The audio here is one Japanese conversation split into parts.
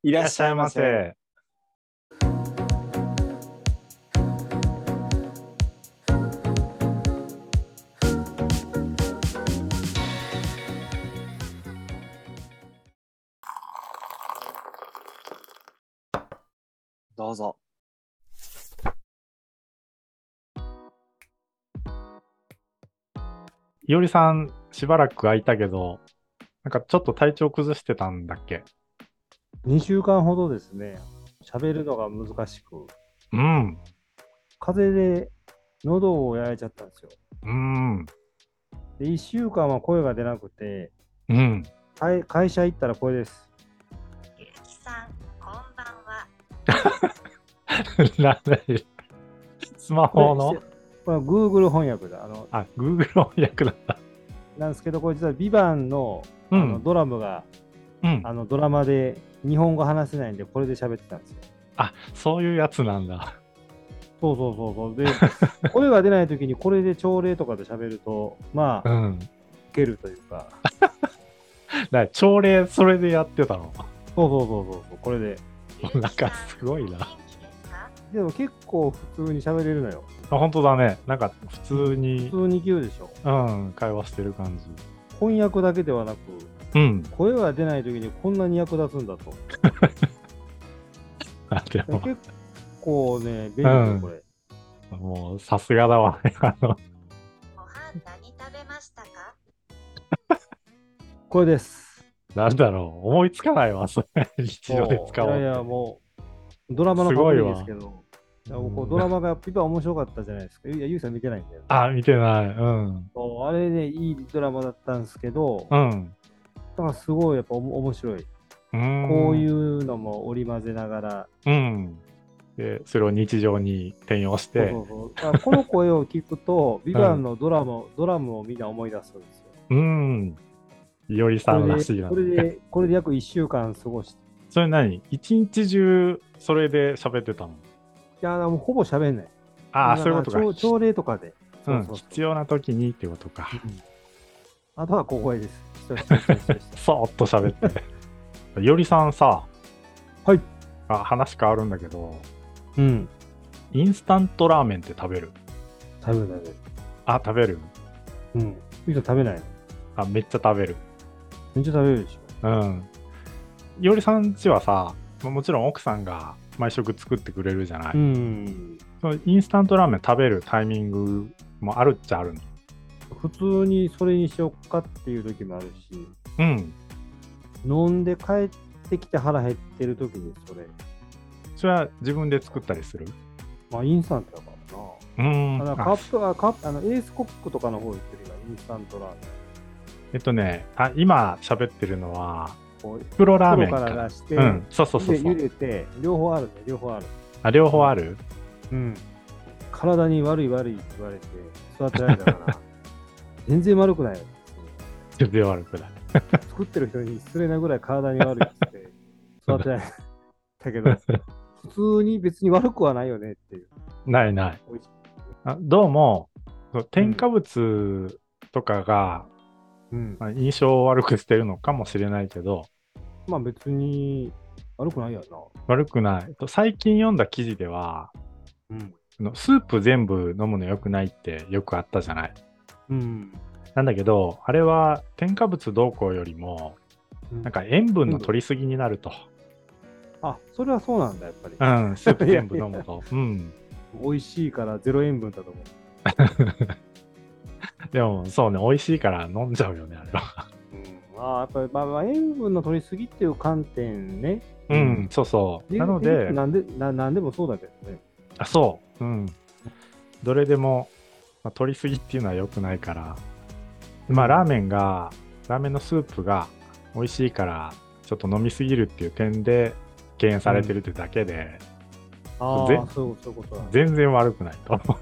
いらっいらっしゃいましゃいませ。 せ。 どうぞ。 いおりさん、しばらく空いたけど、なんかちょっと体調崩してたんだっけ？ 2週間ほどですね、喋るのが難しく、 うん。 風邪で喉をやられちゃったんですよ。 うん。 で、1週間は声が出なくて、 うん。 会社行ったらこれです。 ゆきさん、こんばんは。 なんだいスマホのこれ Google 翻訳だ。 Google 翻訳だった。 なんですけど、これ実はビバンの、ドラムが、ドラマで日本語話せないんで、これで喋ってたんですよ。 あ、そういうやつなんだ。 そう。で、声が出ないときにこれで朝礼とかで喋ると、まあ、いけるというか。 朝礼それでやってたの？ そう、これで。 なんかすごいな。 でも結構普通に喋れるのよ。 本当だね。なんか普通にいけるでしょ。 会話してる感じ。 翻訳だけではなく、声が出ないときにこんなに役立つんだと。 でも結構ね、便利よ、これ。 もうさすがだわね。 ご飯何食べましたか？ これです。 なんだろう、思いつかないわ、それ。日常で使おうって。 いや、もう、ドラマのパクリですけど、ドラマがピパ面白かったじゃないですか。ゆうさん見てないんだよ、ね。 あ、見てない。 あれね、いいドラマだったんですけど、だからすごいやっぱ面白い。こういうのも織り交ぜながら、 でそれを日常に転用して。 この声を聞くと、ビバンのドラムをみんな思い出すんですよ。 いおりさんらしいな。 これで約1週間過ごして。 それ何？一日中それで喋ってたの？ いや、もうほぼ喋んない。 そういうことか。 朝礼とかで。 必要な時にってことか。 あとは小声です。 そーっと喋って。いおりさんさ、 はい。 話変わるんだけど、インスタントラーメンって食べる？ 食べる。 食べる？ 食べないの？めっちゃ食べる。 めっちゃ食べるでしょ。 いおりさんちはさ、もちろん奥さんが毎食作ってくれるじゃない。そのインスタントラーメン食べるタイミングもあるっちゃあるの？ 普通にそれにしよっかっていう時もあるし、飲んで帰ってきて腹減ってる時にそれは自分で作ったりする？ インスタントだからな。カップエースコックとかの方言ってるがインスタントラーメン。 今喋ってるのは袋ラーメンから出して、 そう。 茹でて、両方ある。 両方ある？ 体に悪いって言われて育てられたから全然悪くないよ。 全然悪くない。 作ってる人に失礼なぐらい体に悪いって育てられたけど、普通に別に悪くはないよねっていう。 ない。どうも添加物とかが印象を悪くしてるのかもしれないけど、 別に悪くないやな。 悪くない。最近読んだ記事では、スープ全部飲むの良くないってよくあったじゃない。なんだけど、あれは添加物どうこうよりも、なんか塩分の取りすぎになると。 それはそうなんだ、やっぱり。 スープ全部飲むと。 美味しいから0塩分だと思う。 でもそうね、美味しいから飲んじゃうよね、あれは。 やっぱり塩分の取りすぎっていう観点ね。 そう。なので、 なんでもそうだけどね。 そう。どれでも、取りすぎっていうのは良くないから。ラーメンのスープが美味しいから、ちょっと飲みすぎるっていう点で敬遠されてるってだけで、 そういうことだ。 全然悪くないと思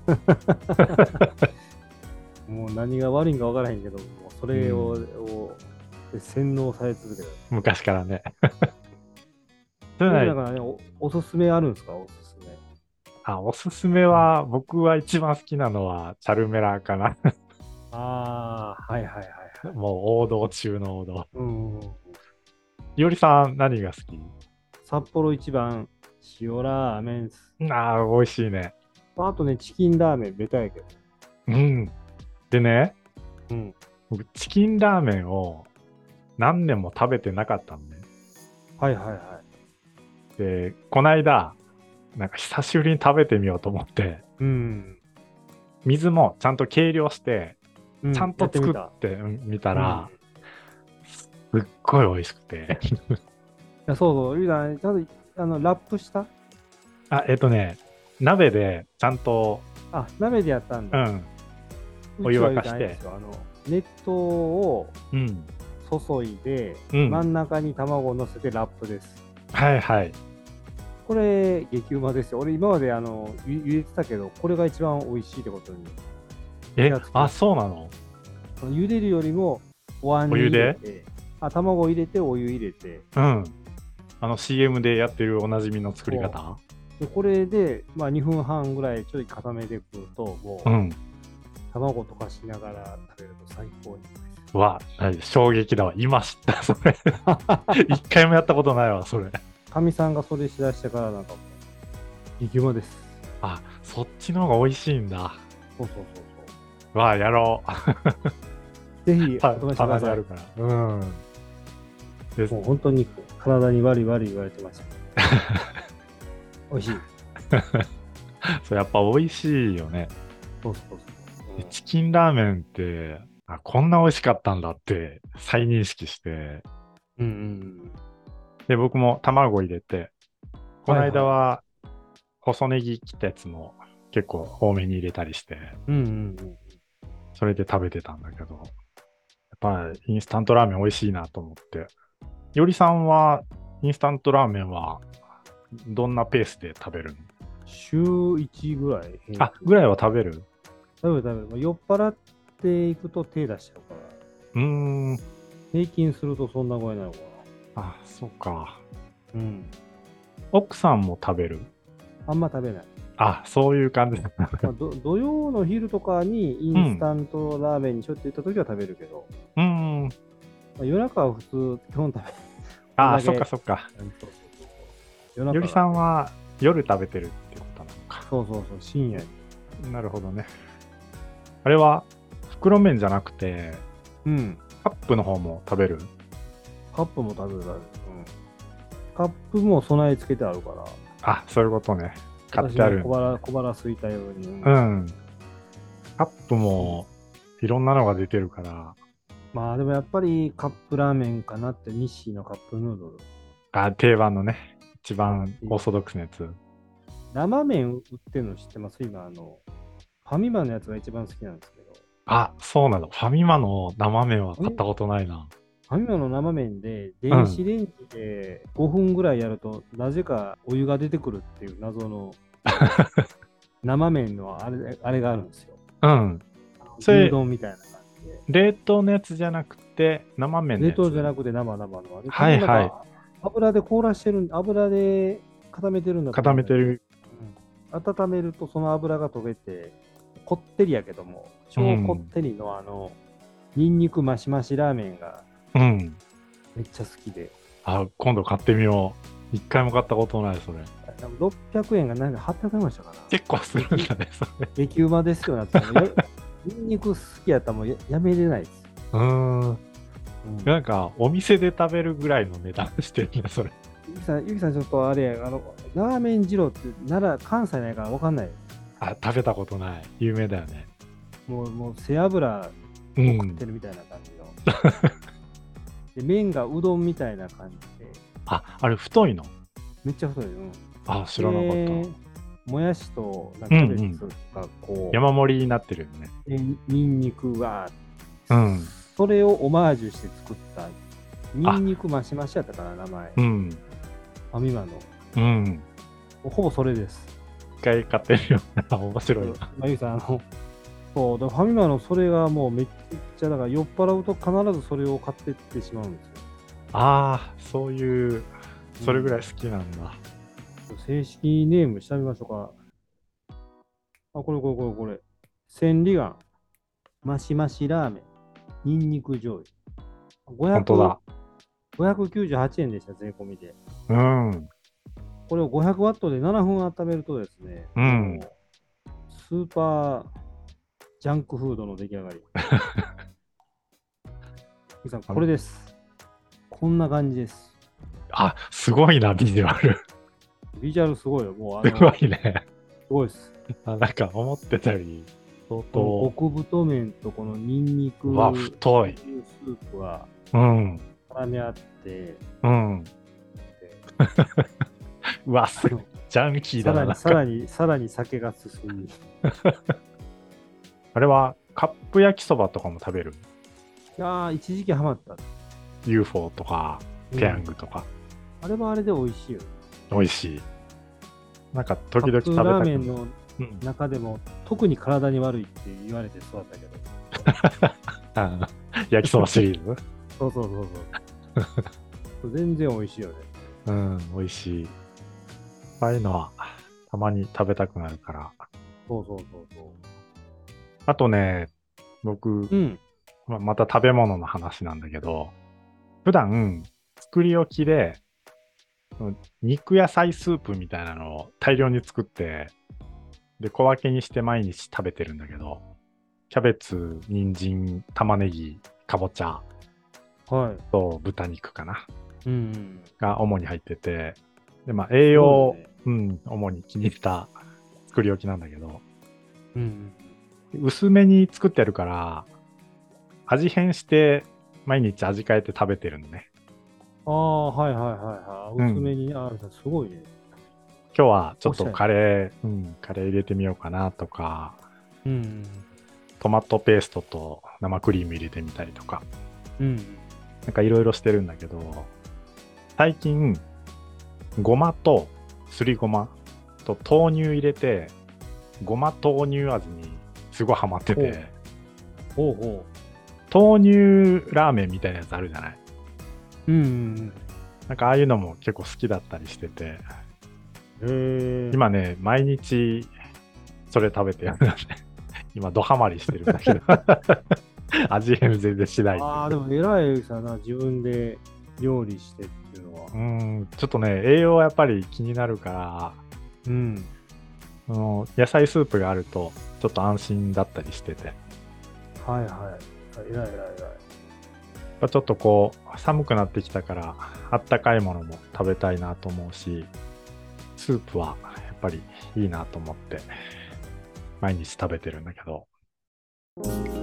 う。もう何が悪いんか分からへんけど、もうそれを洗脳され続けた。 昔からね。 だからね、おすすめあるんですか？おすすめ。 おすすめは、僕は一番好きなのはチャルメラかな。 はい。 もう王道中の王道。いおりさん何が好き？ 札幌一番塩ラーメンっす。 ああ、美味しいね。 あとね、チキンラーメンベタやけど。 うん。でね、 うん。 僕、チキンラーメンを何年も食べてなかったのね。 はいはいはい。 で、こないだ、なんか久しぶりに食べてみようと思って、 うん。 水もちゃんと計量して、 うん、 ちゃんと作やってみたうん、 ら、すっごい美味しくて。 いやそうそう、ゆうさん、ちゃんとラップしたあ、鍋でちゃんと、 あ、鍋でやったんだ。 うん、 うお湯ちは言うたらあれ沸かして、 ですよ熱湯をうん、 注いで、 うん、 真ん中に卵を乗せてラップです。 はいはい。 これ、激うまですよ。俺、今まで茹でてたけど、これが一番美味しいってことに。 あ、そうなの？ 茹でるよりも、お椀に入れて、卵を入れて、お湯入れて。 うん。CM でやってるおなじみの作り方？ でこれで、まあ、2分半ぐらいちょい固めてくると、もう、卵溶かしながら食べると最高に。 衝撃だわ。今知った、それ。一回もやったことないわ、それ。 かみさんがそれしだしてからなんかもう、激うまです。 あ、そっちの方が美味しいんだ。 そうそうそうそう。 やろう。 ぜひ、 たまにあるから。うん。 もう本当に体に悪い悪い言われてました。美味しい。 そう、やっぱ美味しいよね。 そうそうそう。 チキンラーメンって、こんな美味しかったんだって再認識して、 うんうん。 で、僕も卵入れて、この間は細ネギ切ったやつも結構多めに入れたりして、 うんうんうん。 それで食べてたんだけど、やっぱりインスタントラーメン美味しいなと思って。よりさんはインスタントラーメンはどんなペースで食べるの？ 週1ぐらい。 ぐらいは食べる？ 食べる。酔っ払っていくと手出しちゃうから。平均するとそんなぐらいなのかな。そうか。 うん。 奥さんも食べる？ あんま食べない。 そういう感じだ。 土曜の昼とかにインスタントラーメンにしようって言った時は食べるけど、夜中は普通基本食べる。 そっかそっか。よりさんは夜食べてるってことなのか。 そう、深夜に。なるほどね。あれは袋麺じゃなくて、カップの方も食べる？ カップも食べる。カップも備え付けてあるから。 そういうことね。買ってある。 小腹空いたように。 カップもいろんなのが出てるから。 まあでもやっぱりカップラーメンかなって、日清のカップヌードル。 定番のね。一番オーソドックスなやつ。 生麺売ってるの知ってます？今ファミマのやつが一番好きなんですけど。 そうなの。ファミマの生麺は買ったことないな。 ファミマの生麺で電子レンジで5分ぐらいやると、なぜかお湯が出てくるっていう謎の生麺のあれがあるんですよ。牛丼みたいな感じで。 冷凍のやつじゃなくて生麺のやつ。 冷凍じゃなくて生のあれ。 はいはい。 油で凍らしてる、油で固めてるんだと思う。 固めてる。 温めるとその油が溶けて、こってりやけども、超こってりのニンニクマシマシラーメンがめっちゃ好きで。 今度買ってみよう。一回も買ったことない、それ。 600円が何か800円ましたかな。結構するんだね、それ。 激うまですよなって。ニンニク好きやったらもうやめれないです。 なんか、お店で食べるぐらいの値段してるね、それ。 ゆきさん、ちょっとあれや、ラーメン二郎って関西ないから分かんない。 食べたことない。有名だよね。 もう背脂を食ってるみたいな感じの。で、麺がうどんみたいな感じで。 あれ太いの？ めっちゃ太いよ。 知らなかった。 もやしとキャベツが山盛りになってるよね。ニンニクが、それをオマージュして作ったニンニクマシマシやったかな、名前。ファミマの。ほぼそれです。 一回買ってみよう。面白いな。 ゆきさん、ファミマのそれがもうめっちゃ、だから酔っ払うと必ずそれを買ってってしまうんですよ。 そういう、それぐらい好きなんだ。 正式ネームしてみましょうか。これ。千里眼、マシマシラーメン、ニンニク醤油。 本当だ。 598円でした、税込みで。 これを500ワットで7分温めるとですね、 うんもうスーパージャンクフードの出来上がり。ヒさん、これです。こんな感じです。 あ、すごいな、ビジュアル。 ビジュアルすごいよ。もうすごいね。 すごいです。 なんか思ってたより、相当。 極太麺とこのニンニクうわ、太い。 スープがうん。 絡み合って、 うん。うわ、ジャンキーだな。 さらに酒が進む。 あれはカップ焼きそばとかも食べる？ いやー、一時期ハマった。 UFO とか、ペヤングとか。 あれはあれで美味しいよ。 美味しい。なんか時々食べたくラーメンの中でも、特に体に悪いって言われて育ったけど。 焼きそばシリーズそう全然美味しいよね。 うん、美味しい。ああいうのはたまに食べたくなるから。 そう。 あとね、僕、また食べ物の話なんだけど、普段作り置きで肉野菜スープみたいなのを大量に作って、で、小分けにして毎日食べてるんだけど、キャベツ、人参、玉ねぎ、かぼちゃと豚肉かな、が主に入ってて、で、まあ栄養、主に気に入った作り置きなんだけど、薄めに作ってあるから、味変して毎日味変えて食べてるのね。 薄めに、すごいね。 今日はちょっとカレー入れてみようかなとか、トマトペーストと生クリーム入れてみたりとか、なんかいろいろしてるんだけど、最近、ごまとすりごまと豆乳入れて、ごま豆乳味にすごいハマってて、豆乳ラーメンみたいなやつあるじゃない？なんかああいうのも結構好きだったりしてて、今ね、毎日それ食べてるんだね。今ドハマりしてるんだけど味変全然しない。 でも偉いさな、自分で料理してっていうのは。 ちょっとね、栄養はやっぱり気になるから、野菜スープがあるとちょっと安心だったりしてて。 偉い。 ちょっとこう寒くなってきたからあったかいものも食べたいなと思うし、スープはやっぱりいいなと思って毎日食べてるんだけど。